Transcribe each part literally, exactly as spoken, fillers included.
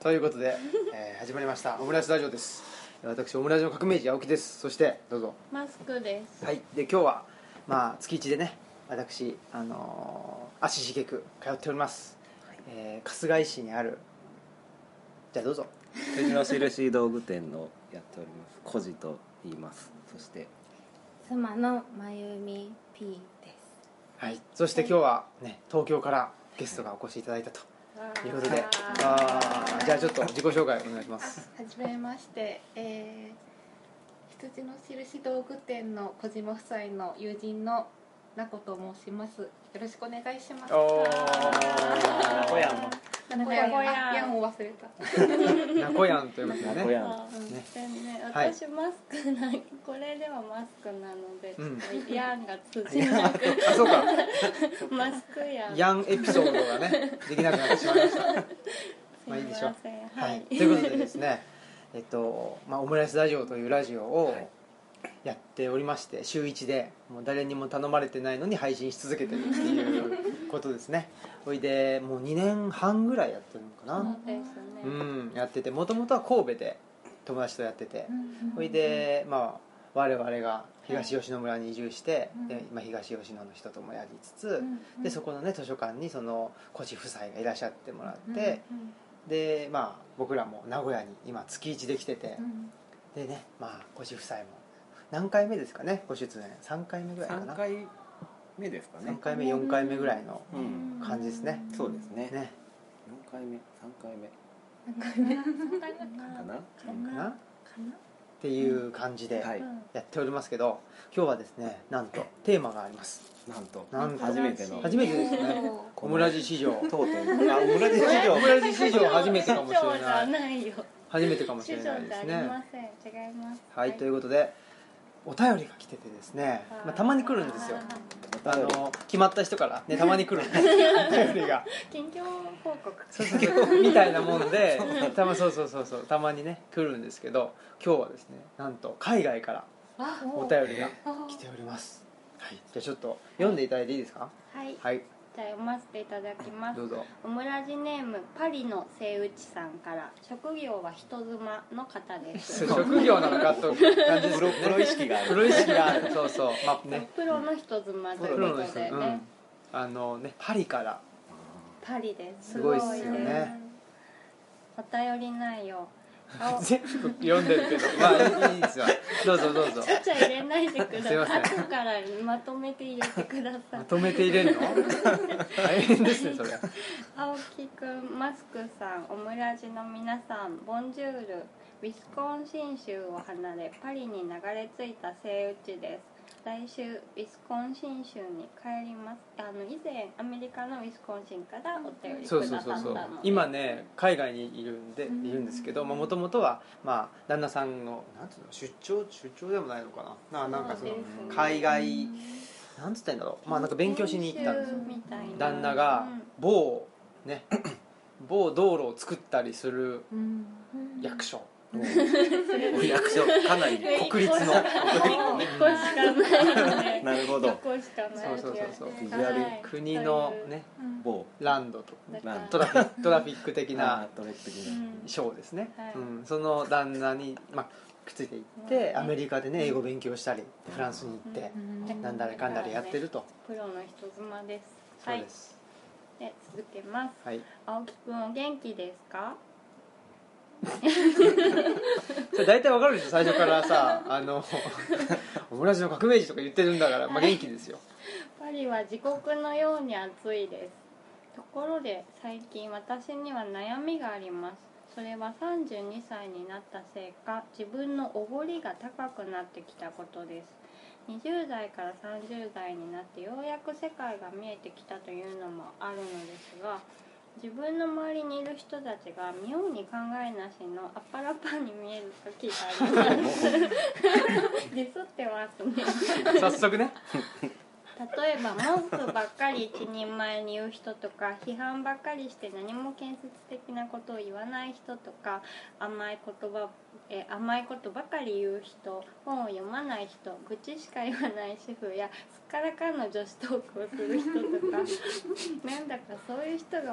ということで、えー、始まりましたオムライスラジオです。私オムライスの革命児青木です。そしてどうぞ。 マスクです。 はい。で今日はまあ月一でね、私あのー、足しげく通っております、はい、えー、春日井市にある、じゃあどうぞ。 藤の印道具店のやっております小路と言います。そして妻のまゆみ P です。 はい。そして今日はね、東京からゲストがお越しいただいたということで、ああ、じゃあちょっと自己紹介お願いします。 はじめまして、えー、羊の印道具店の小島夫妻の友人のなこと申します。よろしくお願いします。 おー、 なこやんなこやん、あ、やんを忘れた。 なこやんということでね。 なこやん、 ね、ね、私マスクな、これではマスクなので、うん、ヤンが通じなくてあ、そうかマスクヤンヤンエピソードがねできなくなってしまいましたまあいいでしょう。 はい、 はい、ということでですね、えっとまあ、オムライスラジオというラジオをやっておりまして、週いちでもう誰にも頼まれてないのに配信し続けてるっていうことですね。それでもうにねんはんぐらいやってるのかな。 そうですね、 うん、やってて、もともとは神戸で友達とやってて、それでまあ我々が東吉野村に移住して、はい、で今東吉野の人ともやりつつ、うんうん、でそこのね図書館にその小路夫妻がいらっしゃってもらって、うんうん、でまあ僕らも名古屋に今月いちで来てて、うん、でね、まあ小路夫妻も何回目ですかね、ご出演さんかいめぐらいかな。 さんかいめですかね。 さんかいめよんかいめぐらいの感じですね。 うん、そうですね。 ね、 よんかいめさんかいめ何回目さんかいめかなかなかなっていう感じでやっておりますけど、今日はですね、なんとテーマがあります。 なんとなんと初めての初めてですね。オムラジ史上当店あオムラジ史上オムラジ史上初めてかもしれ師匠じゃない。 ないよ。 初めてかもしれないですね。 師匠じゃありません。違います。 はい、はい、ということでお便りが来ててですね、まあ、たまに来るんですよ。あの決まった人からね、たまに来るんですお便りが近況報告そうそうそうみたいなもんでたまそうそうそうそうたまにね来るんですけど、今日はですね、なんと海外からお便りが来ております。はい、じゃあちょっと読んでいただいていいですか。 はい、 はい、 じゃあ読ませていただきます。 どうぞ。 オムラジネームパリのセイウチさんから、職業は人妻の方です。 職業なのかと感じですね。 プロ意識がある。 プロ意識がある。そうそう、まあね、 プロの人妻ということでね、うん、 あのね、パリからパリです。 すごいですよね。 お便り内容全部読んでるけど、まあいいですよ。どうぞどうぞ。 ちゃちゃ入れないでください。 すいません。 後からまとめて入れてください。 まとめて入れるの？大変ですねそれ。 青木くん、マスクさん、オムラジの皆さん、ボンジュール。ウィスコンシン州を離れパリに流れ着いたセイウチです。来週ウィスコンシン州に帰ります。あの以前アメリカのウィスコンシンからお便りくださったので、そうそうそうそう、 今ね海外にいるんで、いるんですけど、もともとはまあ旦那さんのなんつうの出張出張でもないのかな、ななんかその海外なんつったんだろう、まあなんか勉強しに行ったんですよ。旦那が某ね某道路を作ったりする役所。 役所かなり国立のなるほど。 そうそうそうそう、国のね某ランドとトラフィトラフィック的なショーですね。うん、その旦那にまあくっついていってアメリカでね英語勉強したりフランスに行ってなんだりかんだりやってると。 プロの人妻です。 そうです。 で続けます。 はい。 青木くんお元気ですか？ それ大体わかるでしょ、最初からさ、あのオムラジの革命児とか言ってるんだから、まあ、元気ですよ。 パリは地獄のように暑いです。ところで最近私には悩みがあります。それはさんじゅうにさいになったせいか、自分のおごりが高くなってきたことです。にじゅうだいからさんじゅうだいになってようやく世界が見えてきたというのもあるのですが、自分の周りにいる人たちが妙に考えなしのアッパラパンに見える時がありますディスってますね早速ね例えば文句ばっかり一人前に言う人とか、批判ばっかりして何も建設的なことを言わない人とか、甘い言葉え甘いことばかり言う人、本を読まない人、愚痴しか言わない主婦やすっからかんの女子トークをする人とかなんだかそういう人が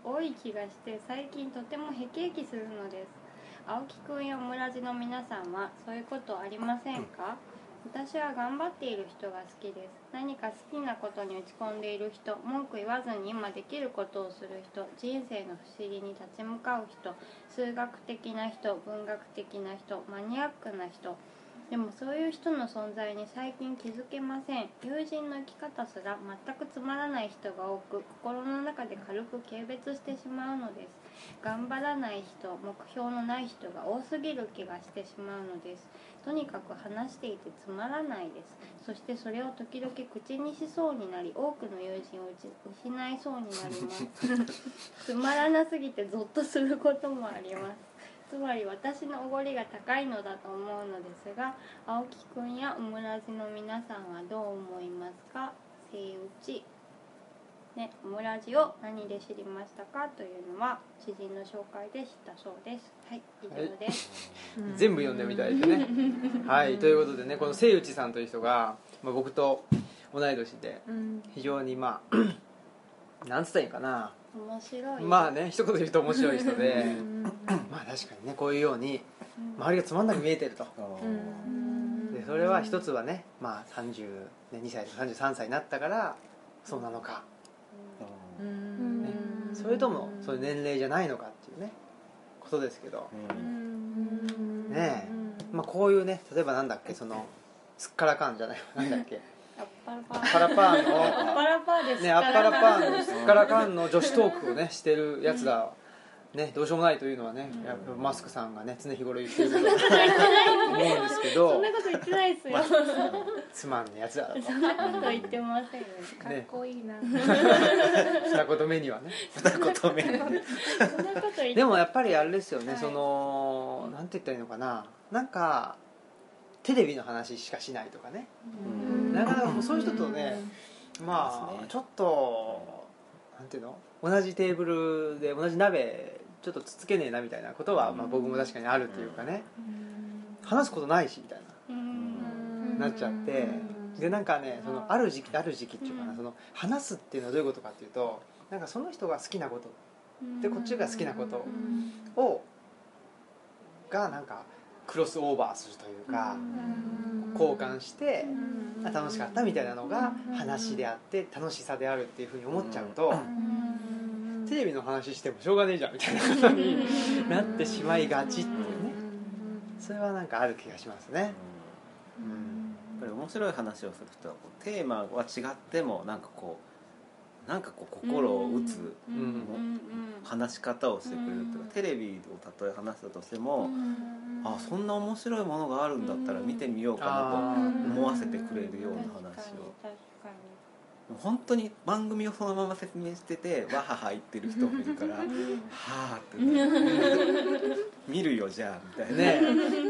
多い気がして最近とてもへきへきするのです。青木くんや村地の皆さんはそういうことありませんか？私は頑張っている人が好きです。何か好きなことに打ち込んでいる人、文句言わずに今できることをする人、人生の不思議に立ち向かう人、数学的な人、文学的な人、マニアックな人。でもそういう人の存在に最近気づけません。友人の生き方すら全くつまらない人が多く、心の中で軽く軽蔑してしまうのです。頑張らない人、目標のない人が多すぎる気がしてしまうのです。とにかく話していてつまらないです。そしてそれを時々口にしそうになり、多くの友人を失いそうになりますつまらなすぎてゾッとすることもあります。つまり私のおごりが高いのだと思うのですが、青木くんやオムラジの皆さんはどう思いますか？セイウチね、オムラジを何で知りましたかというのは知人の紹介で知ったそうです。はい、以上です、 はい、全部読んでみたいですねはいということでね、このセイウチさんという人が、まあ、僕と同い年で非常にまあなんつったらいいかな、 面白い。 まあね、一言で言うと面白い人でまあ確かにね、こういうように周りがつまんなく見えてると。でそれは一つはね、まあさんじゅうにさいとかさんじゅうさんさいになったからそうなのか、ね、それともそういう年齢じゃないのかっていうねことですけど、ねえ、まあ、こういうね、例えばなんだっけ、そのすっからかんじゃないなんだっけアッパラパアッパラパーンのアッパラパーですね、アッパラパーンのすっからかんの女子トークをねしてるやつら、ね、どうしようもないというのはね、やっぱマスクさんがね常日頃言ってることだと思うんですけどそんなこと言ってないですよつまんねえやつらだと、 そんなこと言ってませんよ、 かっこいいな、 二言目にはね二言目そんなこと言ってでもやっぱりあれですよね、 はい、 そのなんて言ったらいいのかな、なんかテレビの話しかしないとかね、なかなかもうそういう人とね、まあちょっとなんていうの、同じテーブルで同じ鍋ちょっとつつけねえなみたいなことは、まあ、僕も確かにあるっていうかね、話すことないしみたいななっちゃって、でなんかね、そのある時期ある時期っていうかな、その話すっていうのはどういうことかっていうと、なんかその人が好きなことでこっちが好きなことをがなんかクロスオーバーするというか、交換して楽しかったみたいなのが話であって楽しさであるっていうふうに思っちゃうと、テレビの話してもしょうがねえじゃんみたいなことになってしまいがちっていうね、それはなんかある気がしますね。 うん、やっぱり面白い話をする人はこうテーマは違ってもなんかこうなんかこう心を打つ話し方をしてくれるというか、テレビをたとえ話したとしても、あ、そんな面白いものがあるんだったら見てみようかなと思わせてくれるような話を、本当に番組をそのまま説明しててわはは言ってる人もいるからはあって見るよじゃあみたいなね。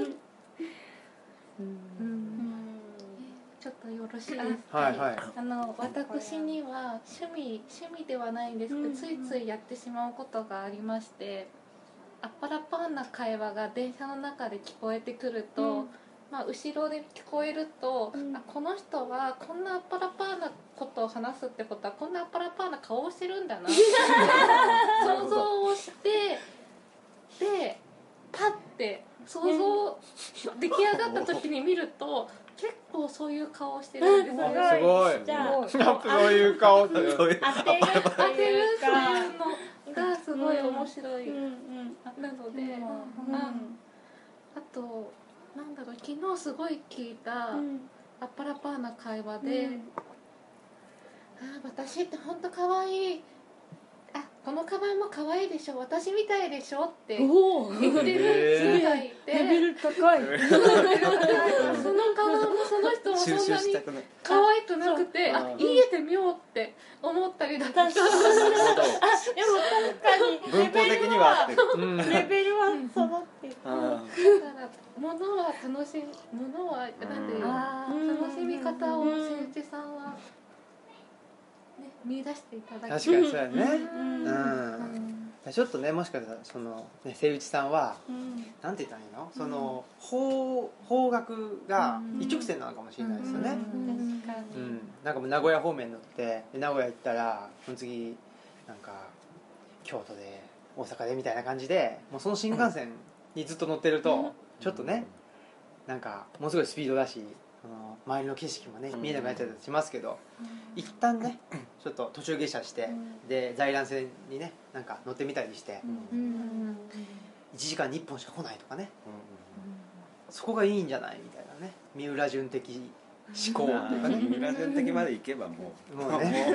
ちょっとよろしいですか？ はいはい、 あの私には趣味趣味ではないんですけど、ついついやってしまうことがありまして、アッパラパーな会話が電車の中で聞こえてくると、うん、まあ、後ろで聞こえると、うん、あ、この人はこんなアッパラパーなことを話すってことはこんなアッパラパーな顔をしてるんだな想像をして、でパッて想像出来上がった時に見ると結構そういう顔をしてるんですよ。 すごい。 じゃあそういう顔って当てる当てるっていう当てるっていうのがすごい面白い、うんうん、なので、うん、あ, あとなんだろう、昨日すごい聞いた、うん、アッパラパーな会話で、うん、あ、私って本当可愛い、あ、このカバンも可愛いでしょ、私みたいでしょって言ってる人がいて、 レベル高いそのカバンもその人もそんなに可愛くなくて、あ、入れてみようって思ったりだとか、あ、でも確かに文法的には合ってる、 レベルは揃ってる。 だから物は楽しみ、物はなんて楽しみ方をせいちさんはね、見出していただき、 確かにそうやね、うんうん、ちょっとね、もしかしたらその、ね、瀬内さんは、うん、なんて言ったらいいの、その、方, 方角が一直線なのかもしれないですよね、 うんうん、確かに、 うん、なんかもう名古屋方面乗って名古屋行ったらその次なんか京都で大阪でみたいな感じでもうその新幹線にずっと乗ってるとちょっとねなんかものすごいスピードだしその周りの景色もね見えなくなっちゃったりしますけど、一旦ねちょっと途中下車して、で在来線にねなんか乗ってみたりして、いちじかんにいっぽんしか来ないとかね、そこがいいんじゃないみたいなね、三浦淳的思考というかね、 三浦淳的まで行けばもうもうね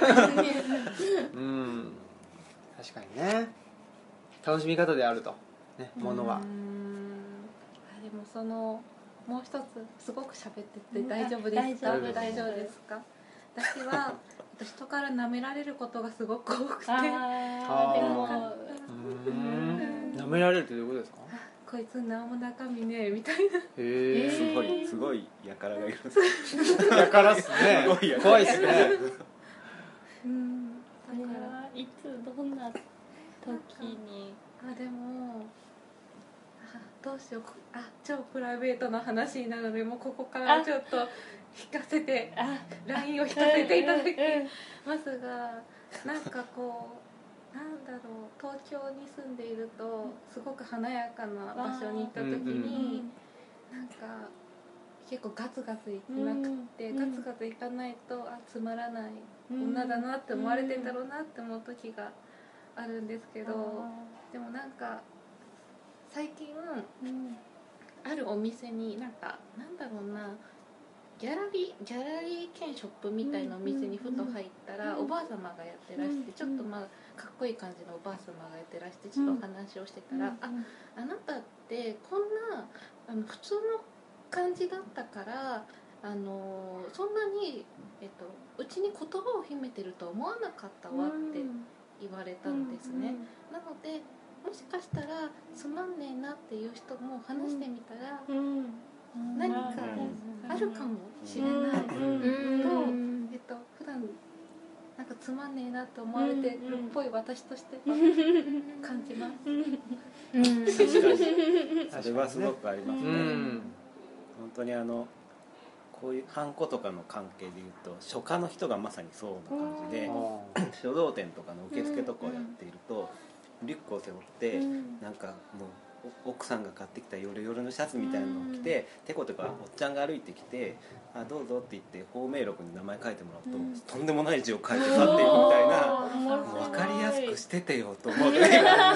うん確かにね楽しみ方であるとねものは。 あでもそのもう一つすごく喋ってて大丈夫ですか？ 大大丈夫ですか？私は人から舐められることがすごく多くて、 あーでもうーん舐められるってどういうことですか？ こいつ何も中身ねみたいな。 へえすごいすごいやからがいるやからっすねすごいやから怖いっすねうんだからいつどんな時にあでもあどうしようあ超プライベートな話になるのでもうここからちょっと引かせてあライン を引かせていただきうんうんますが、なんかこうなんだろう東京に住んでいるとすごく華やかな場所に行った時になんか結構ガツガツ行ってなくってうんガツガツ行かないとあつまらない女だなって思われてんだろうなって思う時があるんですけど、でもなんか最近うんあるお店になんかなんだろうなギャラリーギャラリー兼ショップみたいなお店にふと入ったらおばあ様がやってらしてちょっとまあかっこいい感じのおばあ様がやってらしてちょっとお話をしてたらああなたってこんなあの普通の感じだったからあのそんなにえっとうちに言葉を秘めてるとは思わなかったわって言われたんですね。なのでもしかしたらつまんねえなっていう人も話してみたら何かあるかもしれないと、えっと普段なんかつまんねえなと思われてるっぽい私としては感じます。 確かにそれはすごくありますね、 うん本当にあのこういうハンコとかの関係でいうと書家の人がまさにそうな感じで書道展とかの受付とかをやっているとリュックを背負ってなんかもう奥さんが買ってきたヨレヨレのシャツみたいなのを着てテコテコおっちゃんが歩いてきてあどうぞって言って芳名録に名前書いてもらうととんでもない字を書いて去っていくみたいな分かりやすくしててよと思うね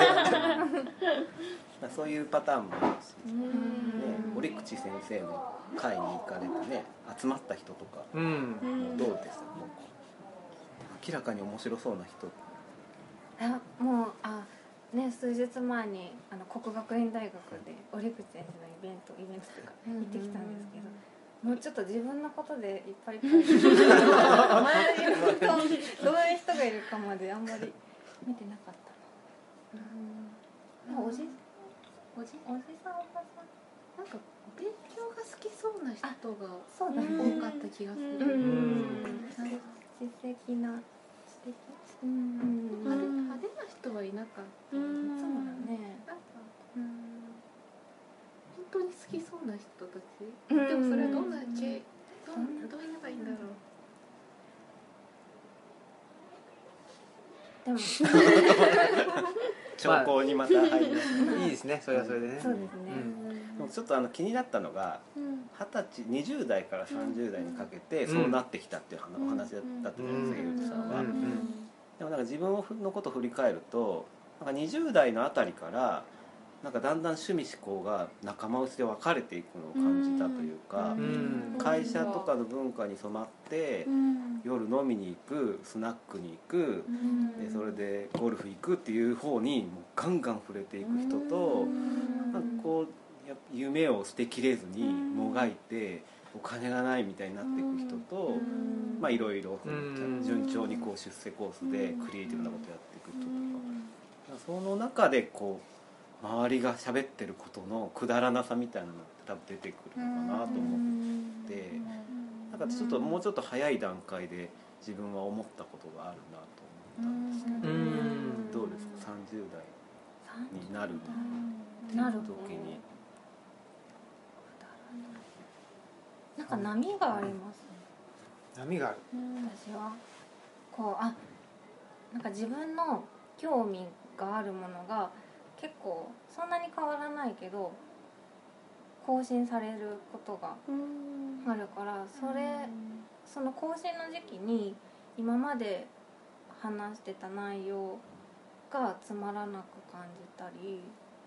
そういうパターンもあるし、ね、折口先生の会に行かれてね集まった人とか、うん、もうどうですかもう明らかに面白そうな人あもうあね数日前にあの国学院大学で折口先生のイベントイベントというか行ってきたんですけど、もうちょっと自分のことでいっぱいいっぱい周りの人どういう人がいるかまであんまり見てなかったな。もうおじおじおじさんおばさんなんか勉強が好きそうな人がそうだね多かった気がする。 素敵な素敵うん派手派手な人はいなかった。 そうだね。 なんか本当に好きそうな人たち。でもそれはどんな系どうどう言えばいいんだろう。 でも兆候にまた入りますいいですねそれはそれでね。 そうですね。 でもちょっとあの気になったのがはたちにじゅう代からさんじゅう代にかけてそうなってきたっていうお話だったと思うんですよ井口さんは。でもなんか自分のことを振り返るとなんかにじゅう代のあたりからなんかだんだん趣味思考が仲間内で分かれていくのを感じたというか、会社とかの文化に染まって夜飲みに行くスナックに行くでそれでゴルフ行くっていう方にもうガンガン触れていく人となんかこう夢を捨てきれずにもがいてお金がないみたいになっていく人とまあいろいろ順調にこう出世コースでクリエイティブなことやっていく人とかその中でこう周りが喋ってることのくだらなさみたいなのって多分出てくるのかなと思ってなんかちょっともうちょっと早い段階で自分は思ったことがあるなと思ったんですけどどうですかさんじゅう代になるなる時になんか波がありますね。 波がある。 私はこうあなんか自分の興味があるものが結構そんなに変わらないけど更新されることがあるから、それその更新の時期に今まで話してた内容がつまらなく感じたり、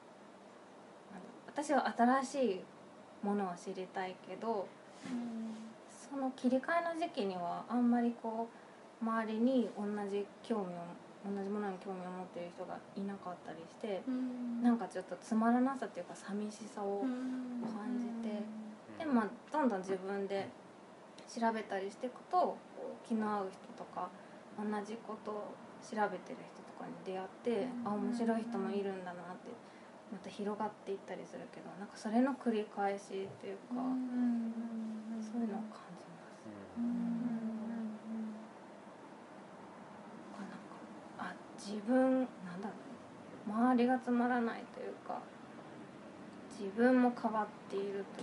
私は新しいものを知りたいけど、その切り替えの時期にはあんまりこう周りに同じ興味を同じものに興味を持っている人がいなかったりして、なんかちょっとつまらなさっていうか寂しさを感じて、でまあどんどん自分で調べたりしていくと気の合う人とか同じことを調べてる人とかに出会って、あ面白い人もいるんだなってまた広がっていったりするけど、なんかそれの繰り返しっていうか、そういうのを感じます。なんかあ自分なんだろう、周りがつまらないというか自分も変わっているというか、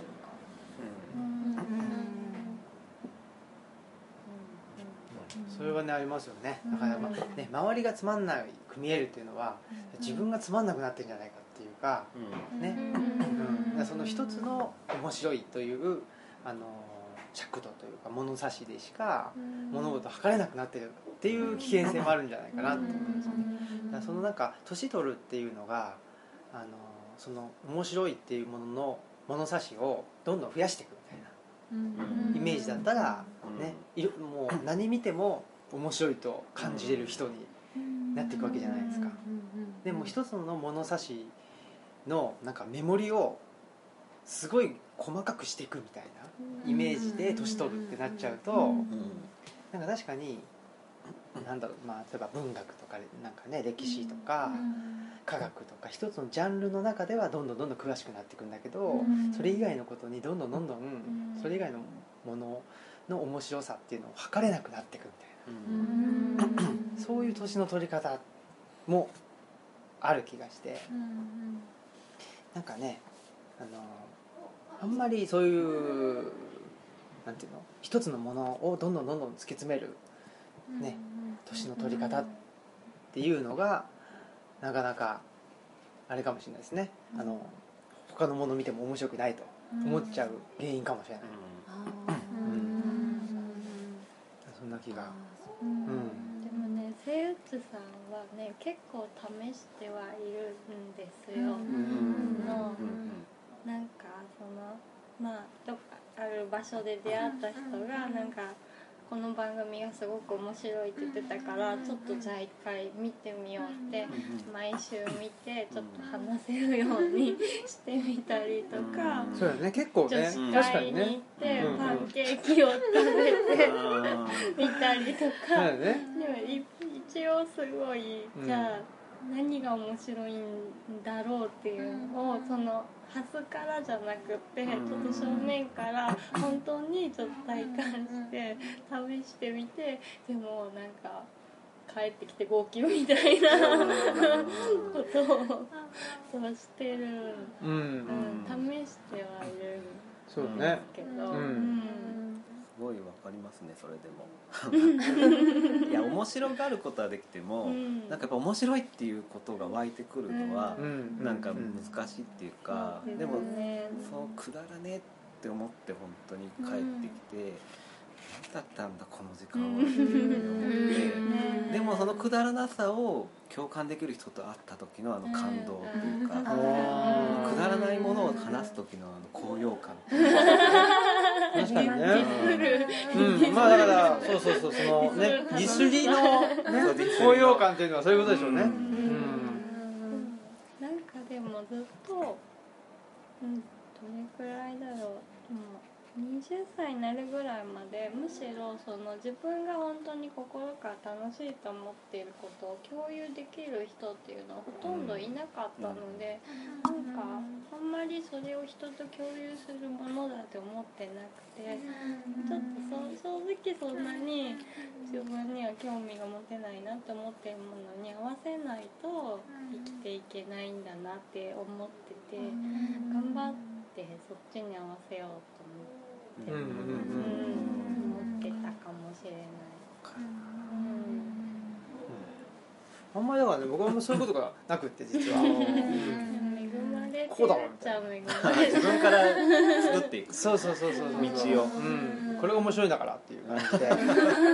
それはねありますよね。だから、まあね、周りがつまんないく見えるっていうのは自分がつまんなくなってるんじゃないかっていうか、ね、うん、その一つの面白いというあの尺度というか物差しでしか物事を測れなくなってるっていう危険性もあるんじゃないかなと思うんですよね。だからそのなんか年取るっていうのがあのその面白いっていうものの物差しをどんどん増やしていくみたいなイメージだったら、ね、もう何見ても面白いと感じれる人になっていくわけじゃないですか。でも一つの物差しのなんかメモリをすごい細かくしていくみたいなイメージで年取るってなっちゃうと、なんか確かになんだろう、まあ、例えば文学とかなんか、ね、歴史とか科学とか一つのジャンルの中ではどんどんどんどん詳しくなっていくんだけど、それ以外のことにどんどんどんどんそれ以外のものの面白さっていうのを測れなくなっていくみたいな、そういう年の取り方もある気がして、なんかねあのあんまりそういうなんていうの一つのものをどんどんどんどん突き詰めるね年の取り方っていうのがなかなかあれかもしれないですね。あの他のもの見ても面白くないと思っちゃう原因かもしれない。うん、そんな気が。うん、 でもね、せいうつさんはね結構試してはいるんですよ。のなんかそのまあどっかある場所で出会った人がなんかこの番組がすごく面白いって言ってたからちょっとじゃあ一回見てみようって毎週見てちょっと話せるようにしてみたりとか、 そうだね、結構ね、 女子会に行ってパンケーキを食べてみたりとか、でも一応すごいじゃあ何が面白いんだろうっていうのをその端からじゃなくてちょっと正面から本当にちょっと体感して試してみて、でもなんか帰ってきて号泣みたいなことをそうしてる、うんうん、試してはいるんですけど、うん、 すごいわかりますね。それでもいや面白がることはできても、うん、なんかやっぱ面白いっていうことが湧いてくるのは、うん、なんか難しいっていうか、うん、でも、ね、そうくだらねえって思って本当に帰ってきて、うん、何だったんだこの時間はっていうふうに思って、うん、でもそのくだらなさを共感できる人と会った時のあの感動っていうか、うん、くだらないものを話す時のあの高揚感っていうか確かにね、うん、まあだからそうそうそうそのねディスりの、ね、高揚感っていうのはそういうことでしょうね。うん、うん、 なんかでもずっと、うん、どれくらいだろう、もうにじゅっさいになるぐらいまでむしろその自分が本当に心から楽しいと思っていることを共有できる人っていうのはほとんどいなかったので、なんかあんまりそれを人と共有するものだって思ってなくて、ちょっとそ正直そんなに自分には興味が持てないなって思ってるものに合わせないと生きていけないんだなって思ってて、頑張ってそっちに合わせようと思って。うんうんうん、思ってたかもしれない。 ああんまりだからね僕はあんまそういうことがなくって実は、うん、 恵まれてるこうだわっちゃ恵まれてる自分から作っていくそうそうそうそうそう道を、 うん、これが面白いんだからっていう感じで、うん、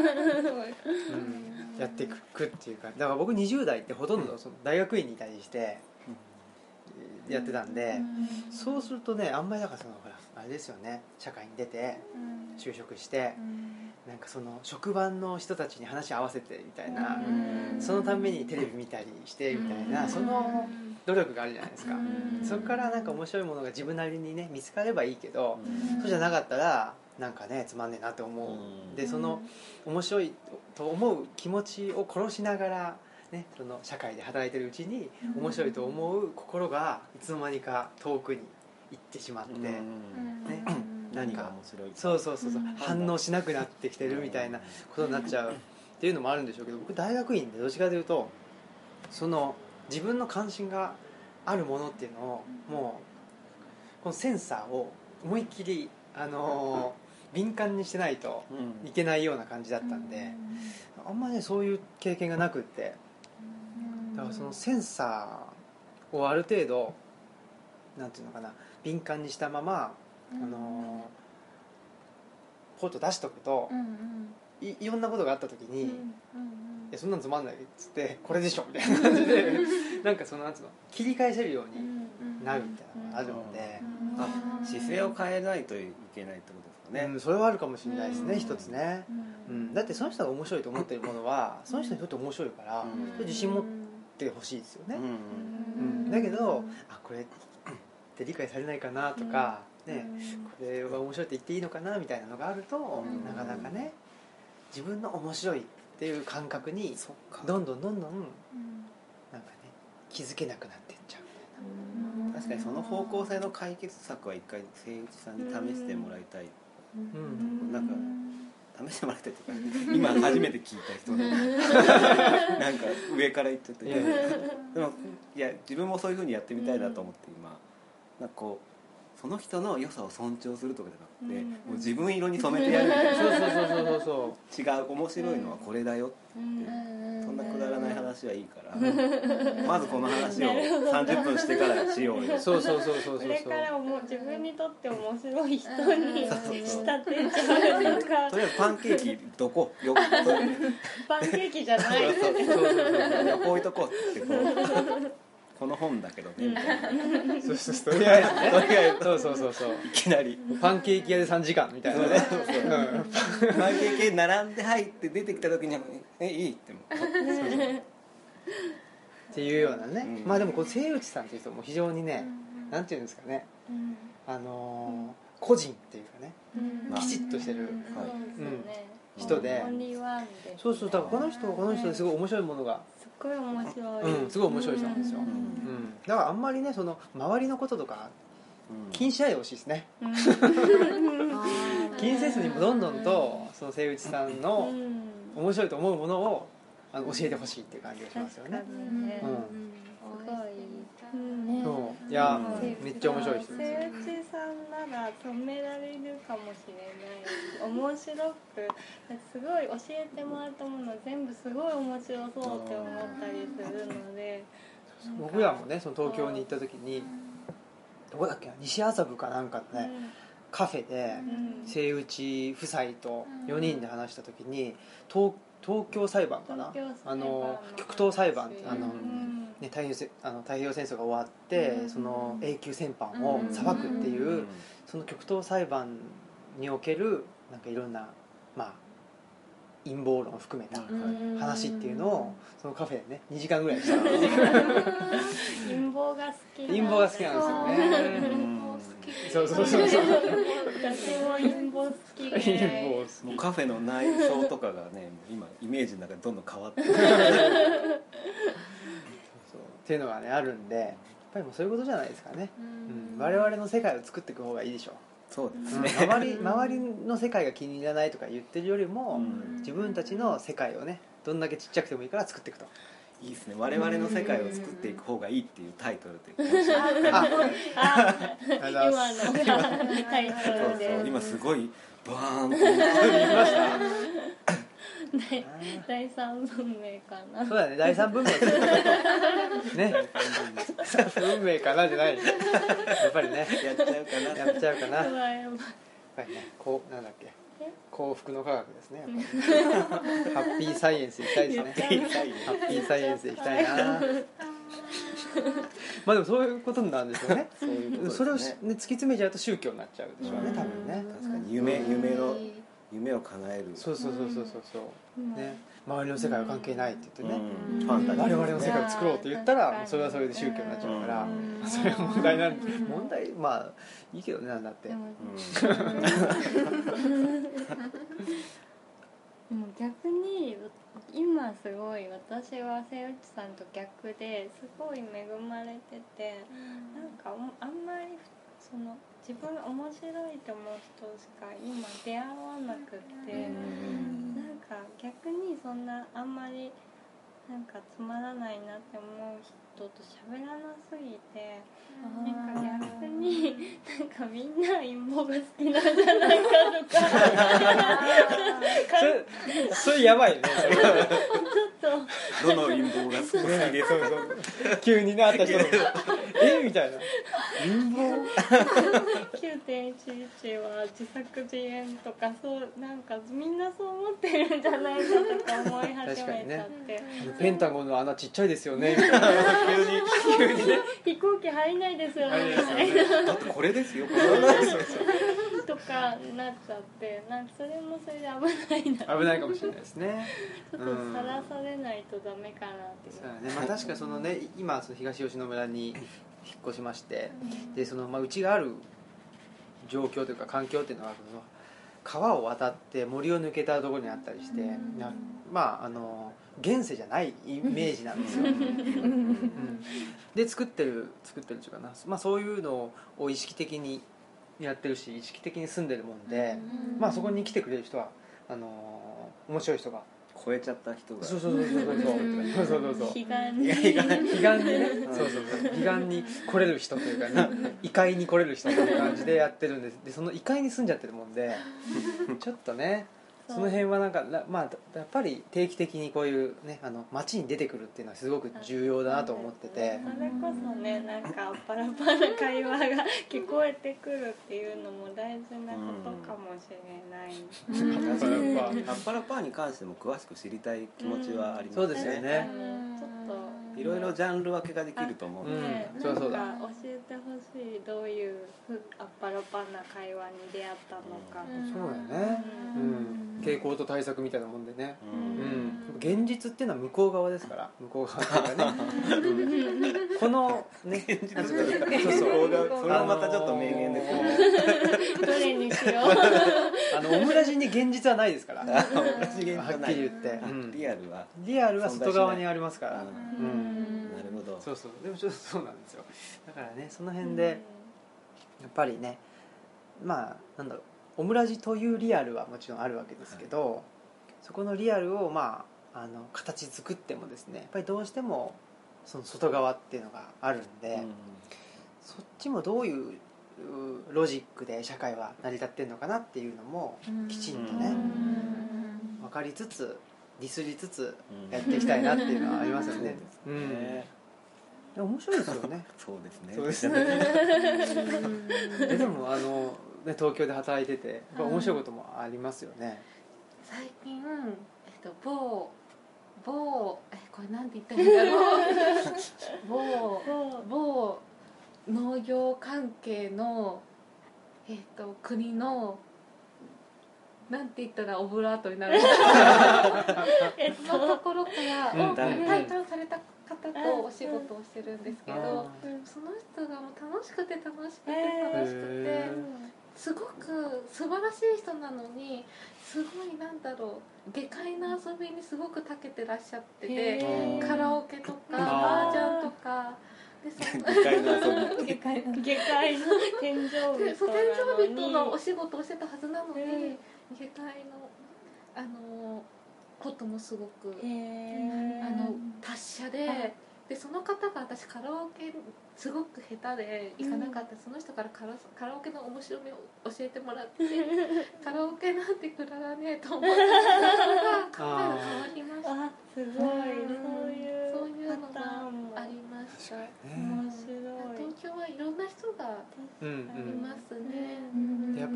やっていくっていうかだから僕にじゅう代ってほとんどその大学院にいたりしてやってたんで、そうするとねあんまりだからそのほらあれですよね社会に出て就職してなんかその職場の人たちに話合わせてみたいなそのためにテレビ見たりしてみたいなその努力があるじゃないですか。そこからなんか面白いものが自分なりにね見つかればいいけどそうじゃなかったらなんかねつまんねえなって思う。でその面白いと思う気持ちを殺しながらね、その社会で働いてるうちに面白いと思う心がいつの間にか遠くに行ってしまって、ね、 何が面白いそうそうそうそう反応しなくなってきてるみたいなことになっちゃうっていうのもあるんでしょうけど僕大学院でどっちかというとその自分の関心があるものっていうのをもうこのセンサーを思いっきりあの敏感にしてないといけないような感じだったんであんまねそういう経験がなくってだからそのセンサーをある程度なんていうのかな敏感にしたまま、うん、あのポッと出しとくと、うんうん、い, いろんなことがあった時に、うんうんうん、いやそんなのつまんないっつってこれでしょみたいな感じでなんかそのなんつうの切り返せるようになるみたいなのがあるので、 うんうん、あ姿勢を変えないといけないってことですかね、 うん、それはあるかもしれないですね、うん、一つね、うんうん、だってその人が面白いと思ってるものはその人にとって面白いから、うん、それ自信持ってほしいですよね、うんうん、だけどあこれって理解されないかなとか、ね、これは面白いって言っていいのかなみたいなのがあると、なかなかね自分の面白いっていう感覚にどんどんどんどんなんかね気づけなくなっていっちゃうみたいな。 確かにその方向性の解決策は一回誠一さんに試してもらいたい、うん、なんか試してもらいたいとか今初めて聞いた人でなんか上から言っててでもいや自分もそういう風にやってみたいなと思って今なんかこうその人の良さを尊重するとかじゃなくて、うん、もう自分色に染めてやるみたいなそうそうそうそうそう違う面白いのはこれだよって、うん、そんなくだらない話はいいから、うん、まずこの話をさんじゅっぷんしてからしようよそうそうそうそうそうこれからも自分にとって面白い人に仕立てちゃうとかとりあえずパンケーキどこよパンケーキじゃないそうそうそうそう横置いとこうってこうこの本だけどねみたいなそうそうそうとりあえずねとりあえずそうそうそうそういきなりパンケーキ屋でさんじかんみたいなねそうそうそう、うん、 パンケーキ屋に並んで入って出てきた時にえいいってもそうそうっていうようなね、うん、まあでもこの瀬内さんっていう人も非常にね、うん、なんていうんですかね、うん、あのー、個人っていうかね、うん、きちっとしてる、うんはいうん、人で、 オンリーワンでそうそうだからこの人はこの人ですごい面白いものがすごい面白い、 うん、すごい面白い人なんですよ、うんうん、だからあんまりねその周りのこととか気にしないでほしいですね、うん、気にせずにもどんどんとその瀬内さんの面白いと思うものをあの教えてほしいっていう感じがしますよね。 確かにね、うん、すごい、 うんね、そういや、うん、めっちゃ面白い人ですよ。 瀬内さんなら染められるかもしれない面白くすごい教えてもらったもの全部すごい面白そうって思ったりするので僕らもねその東京に行った時にどこだっけ西麻布かなんかね、うん、カフェで瀬内夫妻とよにんで話した時に東東京裁判かなあの極東裁判あの、うんね、太平洋あの太平洋戦争が終わって、うん、その永久戦犯を裁くっていう、うん、その極東裁判におけるなんかいろんな、まあ、陰謀論を含めた話っていうのをそのカフェでねにじかんぐらいした陰謀が好き陰謀が好きなんですよねそうそうそうそう私も陰謀好きで陰謀もうカフェの内装とかがね今イメージの中でどんどん変わってるそうっていうのがねあるんでやっぱりもうそういうことじゃないですかね、うん、我々の世界を作っていく方がいいでしょう。 そうですね、 うん、周り、周りの世界が気に入らないとか言ってるよりも、うん、自分たちの世界をねどんだけちっちゃくてもいいから作っていくといいですね。我々の世界を作っていく方がいいっていうタイトルでああ今のタイトルでそうそう今すごいバーンと言いました第三文明かな。 そうだね、第三文明ね文明かなじゃないやっぱりねやっちゃうかなやっちゃうかなやっうわやばいぱりねこうなんだっけえ幸福の科学ですねやっぱりハッピーサイエンス行きたいですねハッピーサイエンス行きたいなまあでもそういうことなんでしょうねそういうことですねそれを、ね、突き詰めちゃうと宗教になっちゃうでしょうね多分ね確かに夢夢の夢を叶えるそうそうそうそうそうそう、 うんね、周りの世界は関係ないって言ってね、 うんファンタジー我々の世界を作ろうと言ったらうんそれはそれで宗教になっちゃうから、 うんそれは問題なんうん問題まあいいけどねなんだってでもうんでも逆に今すごい私は瀬内さんと逆ですごい恵まれてて、なんかあんまりその自分面白いと思う人しか今出会わなくって、なんか逆にそんなあんまりなんかつまらないなって思う人と喋らなすぎて、なんか逆になんかみんな陰謀が好きなんじゃないかとかそれそれやばいねそれちょっとどの陰謀が好きそうそう急にね会った人のえみたいな陰謀きゅうてんいちいち は自作自演とかそうなんかみんなそう思ってるんじゃないかとか思い始めちゃって、 ペンタゴンの穴ちっちゃいですよねみたいな急に急にね飛行機入んないですよね入んみないですよねたいなだってこれですよこそうれそうそうとかなっちゃってなんかそれもそれで危ないな危ないかもしれないですねちょっとさらされないとダメかなってそうだね、まあ、確かにそのね今その東吉野村に引っ越しましてでその、まあ、うちがある状況というか環境っていうのはその川を渡って森を抜けたところにあったりしてなまああの現世じゃないイメージなんですよ、うん、で作ってる作ってるっていうかな、まあ、そういうのを意識的にやってるし意識的に住んでるもんで、まあ、そこに来てくれる人はあの面白い人が超えちゃった人がそうそうそうそうそうそうそうそうそう彼岸に彼岸にねそうそうそう彼岸に来れる人というかね異界に来れる人という感じでやってるんですでその異界に住んじゃってるもんでちょっとねその辺はなんかまあやっぱり定期的にこういうねあの街に出てくるっていうのはすごく重要だなと思っててそれこそねなんかパラパラな会話が聞こえてくるっていうのも大事なことかもしれない、 やっぱりやっぱアッパラパーに関しても詳しく知りたい気持ちはありますね、 そうですよねちょっといろいろジャンル分けができると思うんで、 ね、 うんそうそうだなんか教えてほしいどういうアッパラパな会話に出会ったのかとか、 そうだよね、うん、傾向と対策みたいなもんでね、 うんうん、現実っていうのは向こう側ですから向こう側っていうかね、うん、このねそうそうそれもまたちょっと名言ですね、 どれにしようあのオムラジに現実はないですからはっ同じ現象ないきり言って、うんリアルはリアルは外側にありますから、 ううんんなるほどそうそうでもちょっとそうなんですよだからねその辺でやっぱりねまあなんだろうオムラジというリアルはもちろんあるわけですけど、はい、そこのリアルをまああの形作ってもですねやっぱりどうしてもその外側っていうのがあるんで、うん、そっちもどういうロジックで社会は成り立ってるのかなっていうのもきちんとね分かりつつディスりつつやっていきたいなっていうのはありますよね。うん、でも面白いですよね。 そうですね。 そうですね。でもあの、ね、東京で働いててやっぱ面白いこともありますよね。 最近、えっと、某某えこれなんて言ったらいいんだろう某某農業関係の、えっと、国のなんて言ったらオブラートになるのところからうんを体感された方とお仕事をしてるんですけど、その人がもう楽しくて楽しくて楽しくてすごく素晴らしい人なのにすごいなんだろう下界の遊びにすごく長けてらっしゃっててカラオケとか麻雀とかでその下界の遊び下界の下界の天井人なのにそう天井人のお仕事をしてたはずなのに下界のあのこともすごくあの達者ででその方が私カラオケすごく下手で行かなかった、うん、その人からカラ、カラオケの面白みを教えてもらってカラオケなんてくだらねえと思ってたのが考える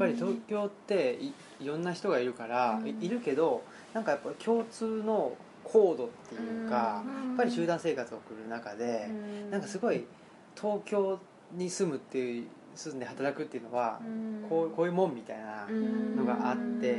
り東京っていいろんな人がいるから、い, いるけどなんかやっぱり共通のコードっていうか、やっぱり集団生活を送る中で、なんかすごい東京に住むっていう住んで働くっていうのはこう、こういうもんみたいなのがあって、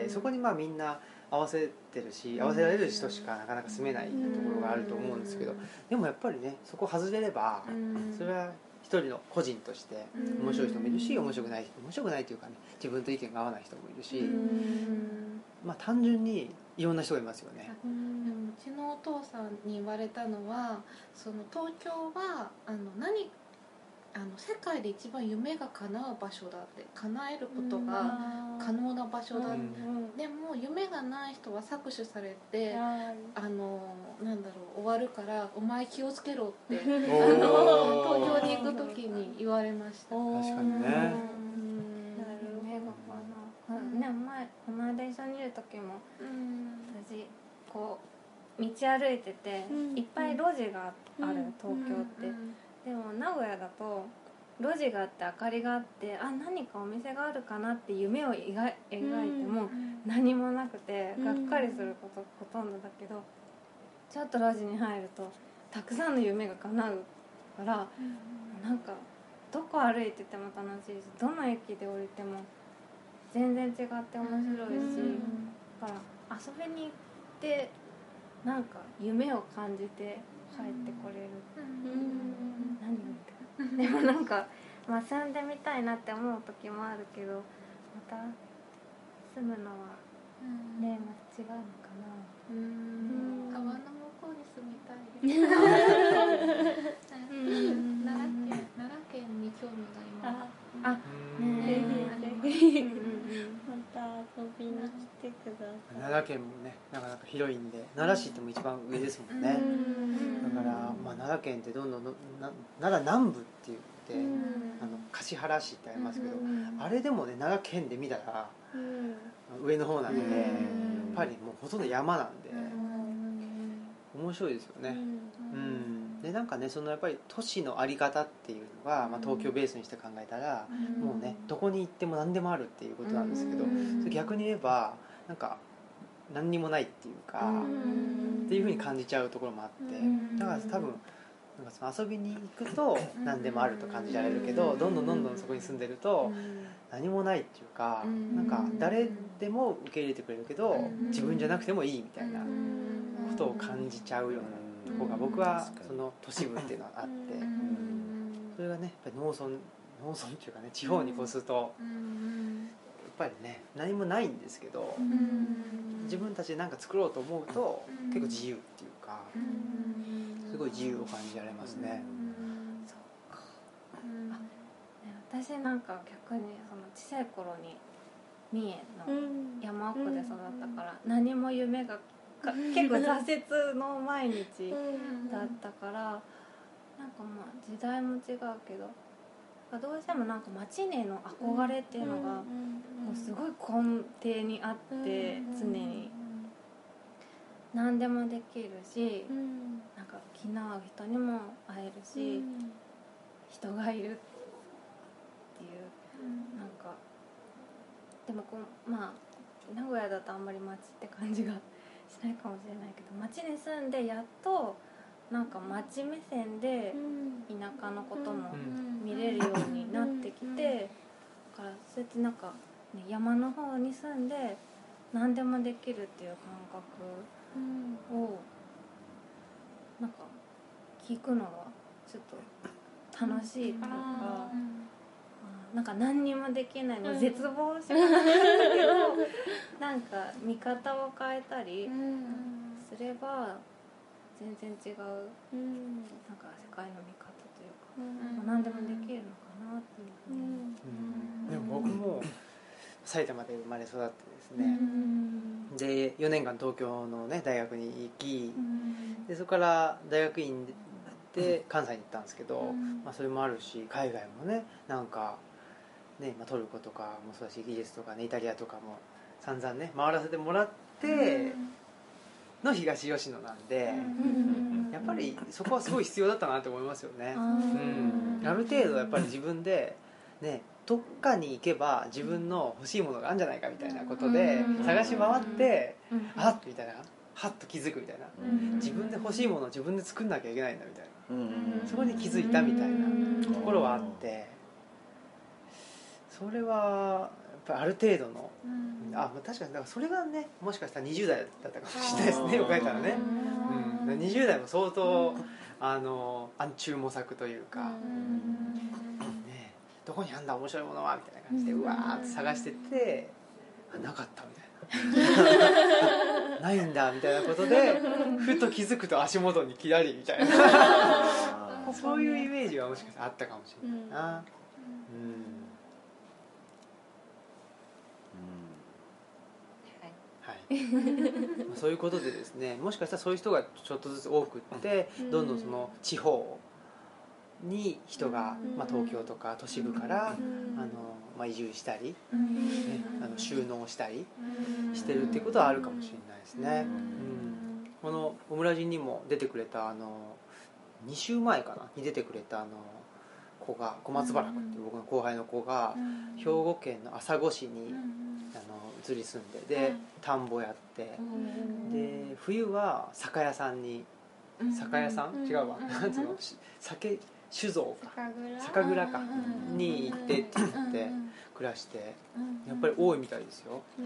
そこにまあみんな合わせてるし、合わせられる人しかなかなか住めないところがあると思うんですけど、でもやっぱりねそこ外れればそれは一人の個人として面白い人もいるし、面白くない面白くないというかね、自分と意見が合わない人もいるし、まあ単純にいろんな人がいますよね。 でもうちのお父さんに言われたのは、その東京はあの何あの世界で一番夢が叶う場所だって、叶えることが可能な場所だって、でも夢がない人は搾取されて、あのなんだろう終わるからお前気をつけろってあの東京に行く時に言われました。 確かにね。 夢がかな、うん、ね前この間一緒にいる時も、うん、私こう道歩いてて、うん、いっぱい路地がある、うん、東京って、うん、でも名古屋だと路地があって明かりがあって、あ何かお店があるかなって夢を描いても何もなくてがっかりすることほとんどだけど、ちょっと路地に入るとたくさんの夢が叶うから、なんかどこ歩いてても楽しいし、どの駅で降りても全然違って面白いし、だから遊びに行ってなんか夢を感じて帰ってこれる、何を言ってでもなんか、まあ、住んでみたいなって思う時もあるけど、また住むのはね、また違うのかな。 うーん、川の向こうに住みたいです奈良県、奈良県に興味が今あ、ねぜひぜひまた遊びに来てください。 奈良県もねなかなか広いんで、奈良市っても一番上ですもんね。だから、まあ、奈良県ってどんどんのな奈良南部って言ってあの橿原市ってありますけど、あれでもね奈良県で見たら上の方なんで、やっぱりもうほとんど山なんで面白いですよね。うん、でなんかねそのやっぱり都市の在り方っていうのが、まあ、東京ベースにして考えたら、もうねどこに行っても何でもあるっていうことなんですけど、それ逆に言えばなんか何にもないっていうか、っていう風に感じちゃうところもあって、だから多分なんかその遊びに行くと何でもあると感じられるけど、どんどんどんどんそこに住んでると何もないっていうか、なんか誰でも受け入れてくれるけど自分じゃなくてもいいみたいなことを感じちゃうようなところが僕はその都市部っていうのはあって、それがねやっぱり農村農村っていうかね地方に越すとやっぱりね何もないんですけど、自分たちで何か作ろうと思うと結構自由っていうか、すごい自由を感じられますね。 そうか。あ、ね、私なんか逆にその小さい頃に三重の山奥で育ったから、何も夢が結構挫折の毎日だったから、なんかまあ時代も違うけどどうしてもなんか街への憧れっていうのがもうすごい根底にあって、常に何でもできるし、なんか気の合う人にも会えるし、人がいるっていう、なんかでもこうまあ名古屋だとあんまり街って感じがしないかもしれないけど、街に住んでやっとなんか街目線で田舎のことも見れるようになってきて、だからそうやってなんか、ね、山の方に住んで何でもできるっていう感覚をなんか聞くのがちょっと楽しいというか、なんか何にもできないの絶望しましたけど、なんか見方を変えたりすれば全然違う、うん、なんか世界の見方というか、うんまあ、何でもできるのかなっていうふうに、 うん、でも僕も埼玉で生まれ育ってですね、うん、でよねんかん東京の、ね、大学に行き、うん、でそこから大学院で関西に行ったんですけど、うんまあ、それもあるし海外もねなんかね、まあ、トルコとかもそうだしイギリスとかねイタリアとかも散々ね回らせてもらって、うんの東吉野なんで、やっぱりそこはすごい必要だったなと思いますよね。うん、ある程度やっぱり自分で、ね、 どっかに行けば自分の欲しいものがあるんじゃないかみたいなことで探し回って、あっみたいな、はっと気づくみたいな、自分で欲しいものを自分で作んなきゃいけないんだみたいな、そこに気づいたみたいなところはあって、それはやっぱりある程度の、あ確かにだからそれがね、もしかしたらにじゅう代だったかもしれないですね、よく考えたらね、うん、にじゅう代も相当あの暗中模索というか、ね、どこにあんだ面白いものはみたいな感じでうわーって探してってあなかったみたいなないんだみたいなことでふと気づくと足元にキラリみたいなそういうイメージはもしかしたらあったかもしれないな、うんはい、そういうことでですね、もしかしたらそういう人がちょっとずつ多くってどんどんその地方に人が、まあ、東京とか都市部からあの、まあ、移住したり、ね、あの収納したりしてるっていうことはあるかもしれないですね、うん、このオムラジにも出てくれたあのに週前かなに出てくれたあの子が小松原君っていう僕の後輩の子が兵庫県の朝来市にあの移り住んでで田んぼやってで冬は酒屋さんに酒屋さん違うわなんつうの酒酒造か酒蔵かに行ってって言って暮らしてやっぱり多いみたいですよ、うん、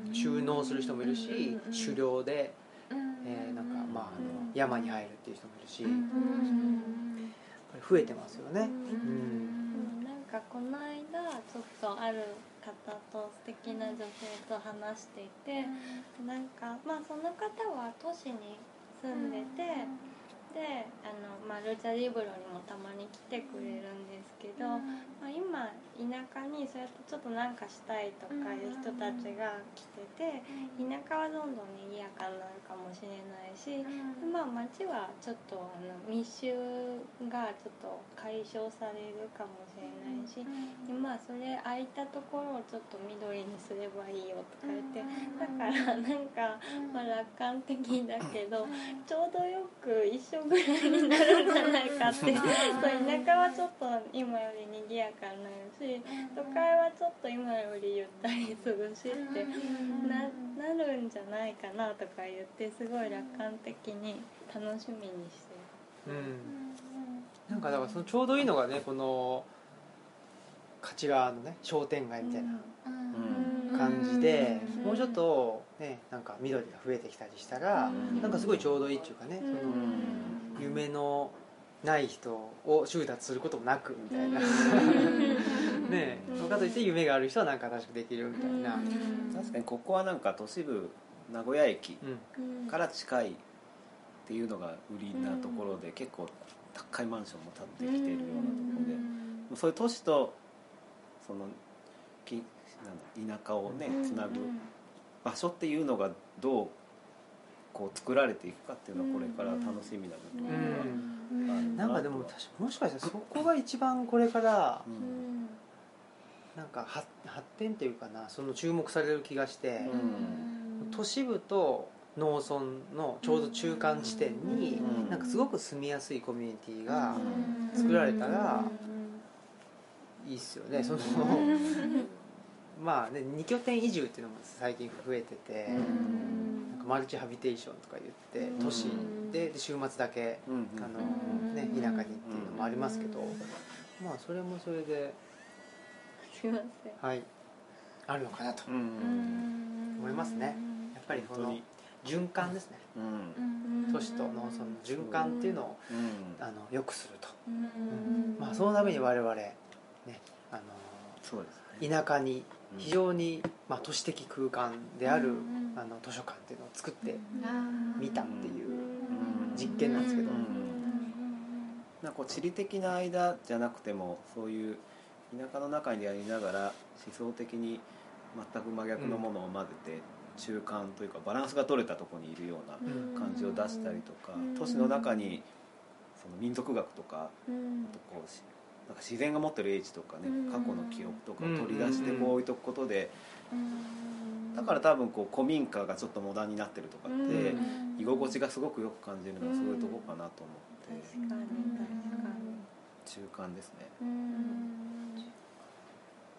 収納する人もいるし狩猟で、えー、なんかまああの山に入るっていう人もいるしやっぱり増えてますよね、うん、 なんかこの間ちょっとある方と素敵な女性と話していてなんかまあその方は都市に住んでてであの、まあ、ルチャリブロにもたまに来てくれるんですけど、まあ、今田舎にそうやってちょっとなんかしたいとかいう人たちが来てて田舎はどんどん賑やかになるかもしれないし、まあ、町はちょっとあの密集がちょっと解消されるかもしれないし、まあ、それ空いたところをちょっと緑にすればいいよとか言ってだからなんか、まあ、楽観的だけどちょうどよく一緒ぐらいになるんじゃないかってそう田舎はちょっと今より賑やかになるし都会はちょっと今よりゆったりするしってな、なるんじゃないかなとか言ってすごい楽観的に楽しみにしてる、 うん、なんかだからそのちょうどいいのがねこの勝川のね商店街みたいな感じでもうちょっとねなんか緑が増えてきたりしたらなんかすごいちょうどいいっていうかねその夢のない人を収奪することもなくみたいなねえかといって夢がある人はなんか楽しくできるみたいな確かにここはなんか都市部名古屋駅から近いっていうのが売りなところで結構高いマンションも建ってきているようなところでそういう都市とそのきなんだ田舎をねつなぐ場所っていうのがどうこう作られていくかっていうのはこれから楽しみな部分があるな。 なんかでも確かもしかしたらそこが一番これからなんか発展っていうかなその注目される気がして、うん、都市部と農村のちょうど中間地点になんかすごく住みやすいコミュニティが作られたらいいっすよね。そのまあねに拠点移住っていうのも最近増えててなんかマルチハビテーションとか言って都市で週末だけあの、ね、田舎にっていうのもありますけどまあそれもそれですいませんはいあるのかなと思いますね。やっぱりこの循環ですね、うん、都市と農村の循環っていうのを、うん、あの良くすると、うんまあ、そのために我々、ねあのそうですね、 田舎に非常に、まあ、都市的空間である、うん、あの図書館っていうのを作ってみたっていう実験なんですけど、うん、 なんかこう地理的な間じゃなくてもそういう田舎の中にありながら思想的に全く真逆のものを混ぜて、うん中間というかバランスが取れたところにいるような感じを出したりとか都市の中にその民族学とかあとこうなんか自然が持ってる英知とかね過去の記憶とかを取り出してこう置いとくことでだから多分こう古民家がちょっとモダンになってるとかって居心地がすごくよく感じるのはそういうところかなと思って確かに確かに中間ですね。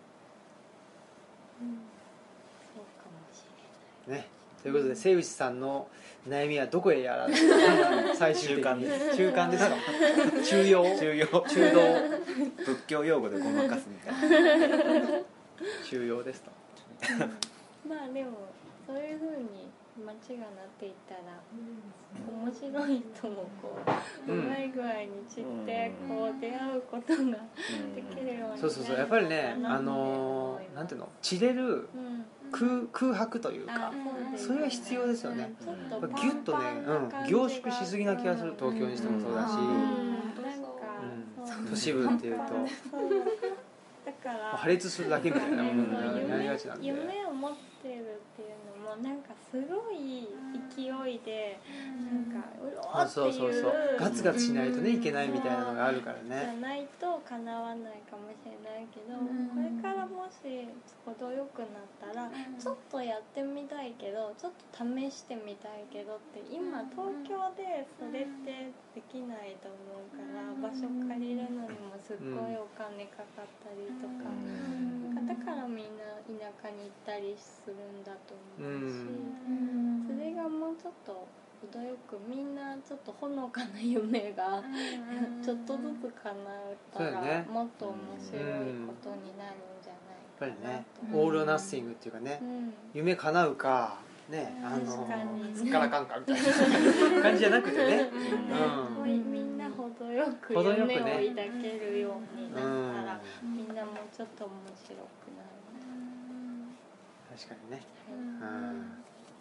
そうかもしれないね。ということで瀬口さんの悩みはどこへやら最終的に中間ですか中庸中庸中道仏教用語でごまかすみたいな中庸ですとまあでもそういう風に街がなっていったら面白い人もこううまい具合に散ってこう出会うことができるようになるそうそうそうやっぱりねあのなんていうの散れる空空白というかそれが必要ですよね。ギュッとね、うん、凝縮しすぎな気がする東京にしてもそうだし、うん、都市部っていうとだから破裂するだけみたいなものになりがちなんで夢を持ってるっていうのもなんかすごい勢いでなんかうろーっていうそうそうそうガツガツしないとねいけないみたいなのがあるからねじゃないと叶わないかもしれないけどこれからもし程よくなったらちょっとやってみたいけどちょっと試してみたいけどって今東京でそれってできないと思うから場所借りるのにもすっごいお金かかったりとかだからみんな田舎に行ったりするんだと思うしそれがもうちょっと程よくみんなちょっとほのかな夢がちょっとずつ叶ったら、ね、もっと面白いことになるんじゃないかなと、 やっぱりねオール・ナッシングっていうかね、うん、夢叶うかねあのすっからかんかみたいな感じじゃなくてね、 うん、みんな程よく夢を抱けるようになったら、うん、みんなもうちょっと面白くなる。 確かにね、はいうん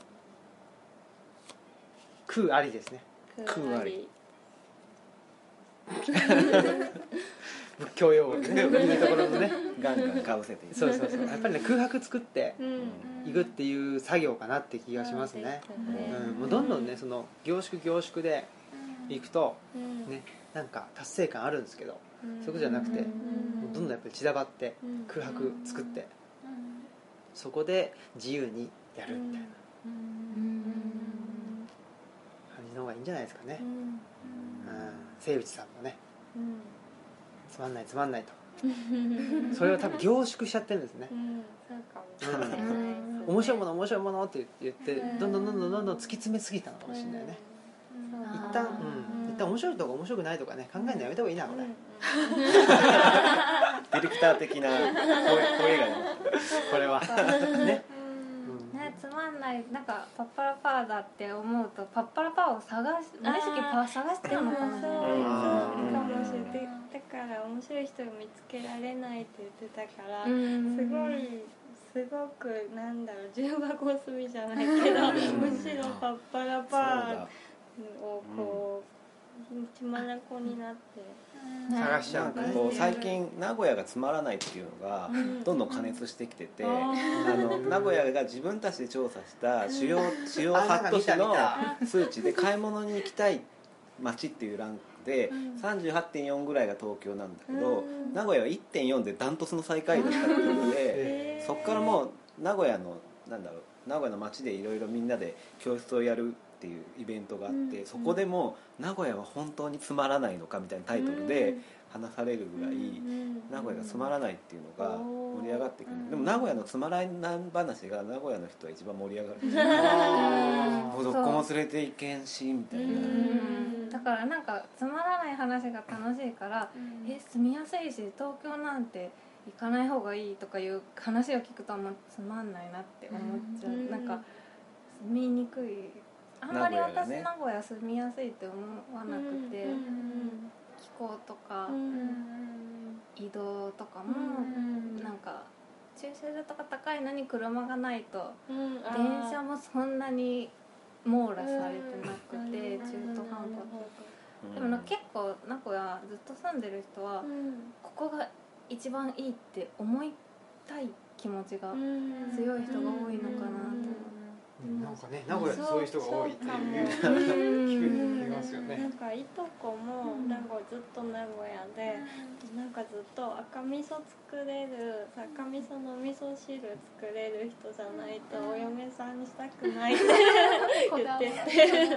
空ありですね。 空あり。 仏教用語でね、いうところのね、 ガンガンかぶせていそうそうそう。やっぱりね空白作っていくっていう作業かなって気がしますね。うん、もうどんどんねその凝縮凝縮でいくとねなんか達成感あるんですけど、そういうことじゃなくて、もうどんどんやっぱり散らばって空白作って、そこで自由にやるみたいな。の方がいいんじゃないですかね、うんうん、瀬口さんもね、うん、つまんないつまんないとそれを多分凝縮しちゃってるんですね、うん、そうかもしれない、うん、面白いもの面白いものって言ってどんどんどんどんどんどん突き詰めすぎたのかもしれないね、うん、一旦、うん、一旦面白いとか面白くないとかね考えるのやめた方がいいなこれ、うん、 ディレクター的な声がこれはねね、つまんないなんかパッパラパーだって思うとパッパラパーを探し無意識パ探してるのかもしれない。 そうかもしれない。だから面白い人を見つけられないって言ってたから、すごいすごくなんだろう重箱隅じゃないけどむしろパッパラパーをこう血まなこになって探しちゃう、 なんかこう最近名古屋がつまらないっていうのがどんどん過熱してきてて、うん、あの名古屋が自分たちで調査した主要主要はち都市の数値で買い物に行きたい街っていうランクで さんじゅうはってんよん ぐらいが東京なんだけど、うん、名古屋は いってんよん でダントツの最下位だったっていうので、そこからもう名古屋のなんだろう名古屋の街でいろいろみんなで教室をやるっていうイベントがあって、うん、そこでも名古屋は本当につまらないのかみたいなタイトルで話されるぐらい、うん、名古屋がつまらないっていうのが盛り上がってくる、うん、でも名古屋のつまらない話が名古屋の人は一番盛り上がるもうどこも連れていけんしみたいな、うん、 だからなんかつまらない話が楽しいから、うん、え住みやすいし東京なんて行かない方がいいとかいう話を聞くとあんまつまんないなって思っちゃう、うん、なんか住みにくいあんまり私名古屋住みやすいって思わなくて、うんうん、気候とか、うん、移動とかも、うん、なんか駐車場とか高いのに車がないと、うん、電車もそんなに網羅されてなくて、うん、中途半端とか、うん、でもな結構名古屋ずっと住んでる人は、うん、ここが一番いいって思いたい気持ちが強い人が多いのかなと。 なんかね、名古屋ってそういう人が多いっていう聞きますよね。 なんかいとこも名古屋ずっと名古屋で、なんかずっと赤味噌作れる赤味噌の味噌汁作れる人じゃないとお嫁さんにしたくないって言ってて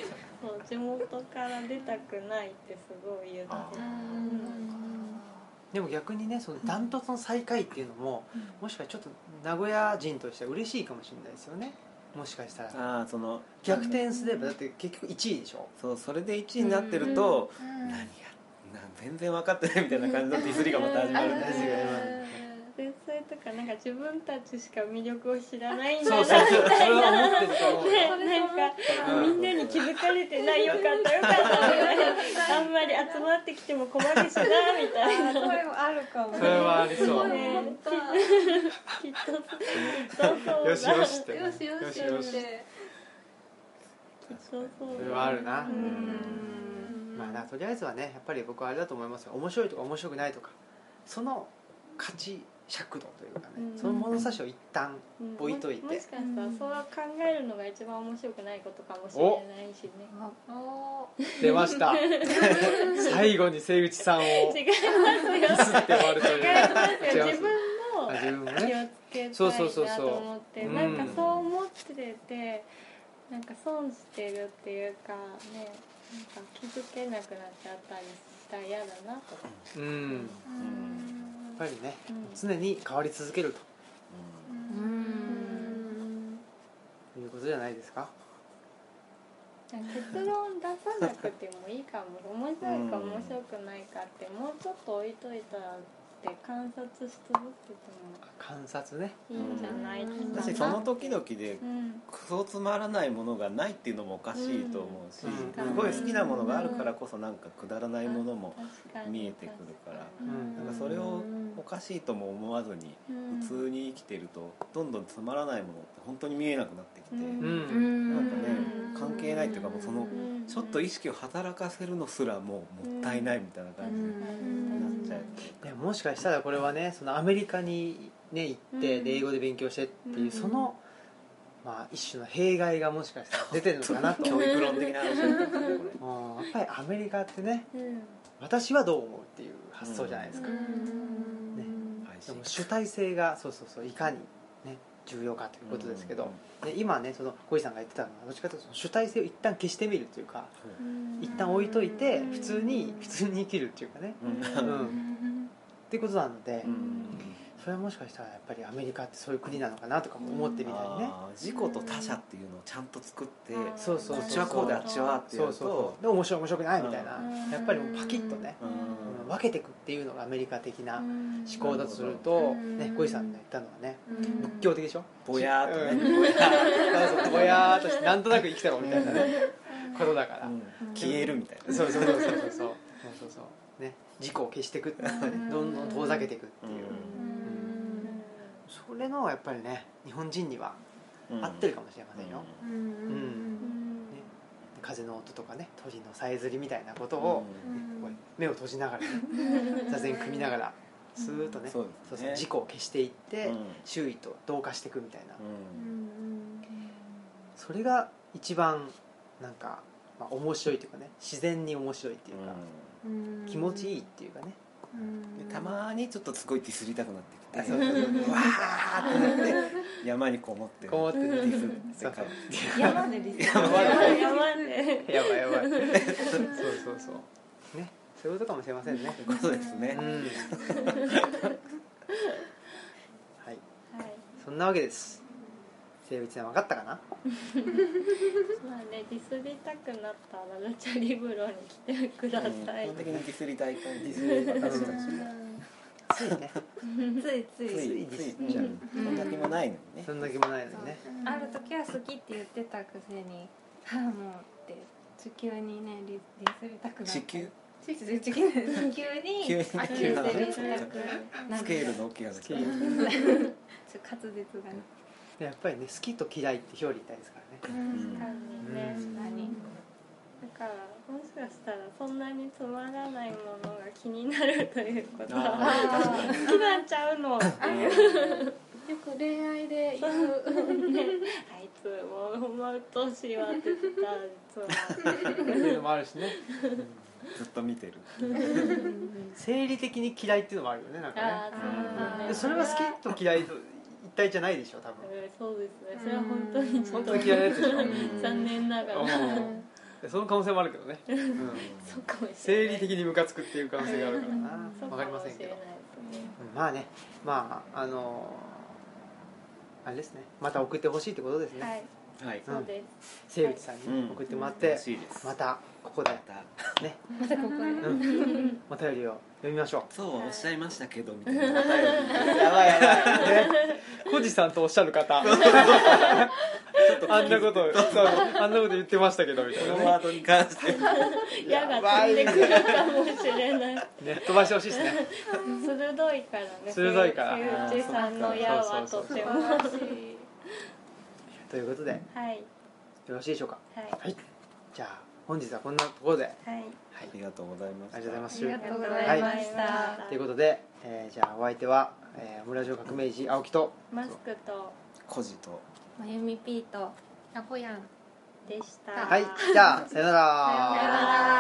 そう地元から出たくないってすごい言ってて、 でも逆にねそのダントツの最下位っていうのも、うん、もしかしたらちょっと名古屋人としては嬉しいかもしれないですよね。もしかしたらあその逆転すればだって結局いちいでしょ。 そうそれでいちいになってると、うん、何や全然分かってないみたいな感じのディスりがまた始まるんですよ。 天才とかなんか自分たちしか魅力を知らないんだなみたいな、そうそうそうそれは思ってると思う、ね、 なんか、うん、みんなに気づかれてないよかったよかったみたいなあんまり集まってきても困るしなみたいなそれもあるかも。 それはありそう、 ね、きっときっとそうだよしよしってよしよしよしってきっとそうそれはあるな。うん、まあ、とりあえずはねやっぱり僕はあれだと思いますよ。面白いとか面白くないとかその価値尺度というかね、うん、その物差しを一旦置いといて、うん、も, もしかしたらそう考えるのが一番面白くないことかもしれないしね。 お出ました最後に瀬口さんを違いますよすって終わるという。 違いますよ。自分も気をつけたいなと思ってなんかそう思っててなんか損してるっていうかねなんか気づけなくなっちゃったりしたら嫌だなとか。 うん、うんやっぱりね、うん、常に変わり続けると、うん、いうことじゃないですか。 結論出さなくてもいいかも面白いか面白くないかってもうちょっと置いといたらって観察し続けても観察ねいいんじゃないかな。 私その時々でクソつまらないものがないっていうのもおかしいと思うし、うん、すごい好きなものがあるからこそなんかくだらないものも見えてくるから、うん、なんかそれをおかしいとも思わずに普通に生きてるとどんどんつまらないものって本当に見えなくなってきて、うん、なんかね関係ないっていうかもうそのちょっと意識を働かせるのすらもうもったいないみたいな感じになっちゃう。 でももしかしたらこれはねそのアメリカに、ね、行ってで英語で勉強してっていうその、まあ、一種の弊害がもしかしたら出てるのかなと教育論的な話だったんですねこれ。 やっぱりアメリカってね、うん、私はどう思うっていう発想じゃないですか、うんね、でも主体性がそうそうそういかに、ね、重要かということですけど、うん、で今ねその小井さんが言ってたのはどっちかというと主体性を一旦消してみるというか、うん、一旦置いといて普通に普通に生きるっていうかね、うんうんっていうことなので、うん、それはもしかしたらやっぱりアメリカってそういう国なのかなとかも思ってみたりね、 自己と他者っていうのをちゃんと作って、 そうそうそうこっちはこうであっちはっていうとそうそうで面白い面白くないみたいな、やっぱりもうパキッとね、うん、分けていくっていうのがアメリカ的な思考だとすると、ね、小井さんが言ったのはね、仏教的でしょ。 ぼやーっとね、 ぼやーぼやーっとしてなんとなく生きてろみたいなねことだから、うん、 消えるみたいな、 そうそうそうそうそうそうそうそうね、自己を消していくっていうかね、どんどん遠ざけていくっていう、うん、それのやっぱりね日本人には合ってるかもしれませんよ、うんうんね、風の音とかね鳥のさえずりみたいなことを、ね、こう目を閉じながらね座禅組みながらスーッとね、そうそうそう自己を消していって、うん、周囲と同化していくみたいな、うん、それが一番なんか、まあ、面白いというかね自然に面白いっていうか、うん、気持ちいいっていうかね、 うん、たまにちょっとすごいディスりたくなってきて、そうそうそうわーってなって山にこもってこもってディスって山でディス山でやばいやばいそうそうそうね、そういうことかもしれませんね。 そういうことですね、うん、はい、 はい、そんなわけです。性別は分かったかな。まあね、ディスりたくなったらラチャリブロに来てください。基本的にディスりたい感じで私たちもついねついついついディスっちゃう、 そんな気もないのにね、 そんな気もないのにね、 ある時は好きって言ってたくせにはあもうって地球にねディスりたくなって地球地球地球に急にディスりたくなスケールの大きい話ちょ滑舌がねやっぱりね好きと嫌いって表裏一体ですからね。 確かにね、うん、だからもしかしたらそんなにつまらないものが気になるということは好きなんちゃうのっていうよく恋愛で言うあいつもうほんまうっとうしいわって言ってた実はっていうのもあるしね、うん、 ずっと見てる生理的に嫌いっていうのもあるよね、なんかね。 あそうだね、 それは好きと嫌いと一体じゃないでしょ多分、 えー、そうですね、それは本当にちょっと本当に嫌いなやつでしょ残念ながらその可能性もあるけどね、うん、 そうかもしれない。 生理的にムカつくっていう可能性があるからな、 そうわかりませんけど、 かもしれないですね。 うんまあね、まああのあれですね、また送ってほしいってことですね、 はい、 はい、 そうです。 瀬口さんに送ってもらって、 らしいです。 またここでまたね、 またここで、 うん、お便りを読みましょそうはおっしゃいましたけどみたいなお便りう。やばいやばいね、小路さんとおっしゃる方あんなことそうあんなこと言ってましたけどみたいなね、 このワードに関して矢が飛んでくるかもしれない。 ね飛ばしてほしいですね。 鋭いからね。 鋭いから瀬内さんの矢はとても。はということでよいろしいでしょうか。 はいはい、じゃあ本日はこんなところで、 はい。 ありがとうございました。 ありがとうございます。 ありがとうございました、 はいということで、えーじゃあお相手は、えー、オムラジオ革命児青木とマスクとコジとまゆみ P とやこやんでした。 はい、じゃあさよなら。 さよなら。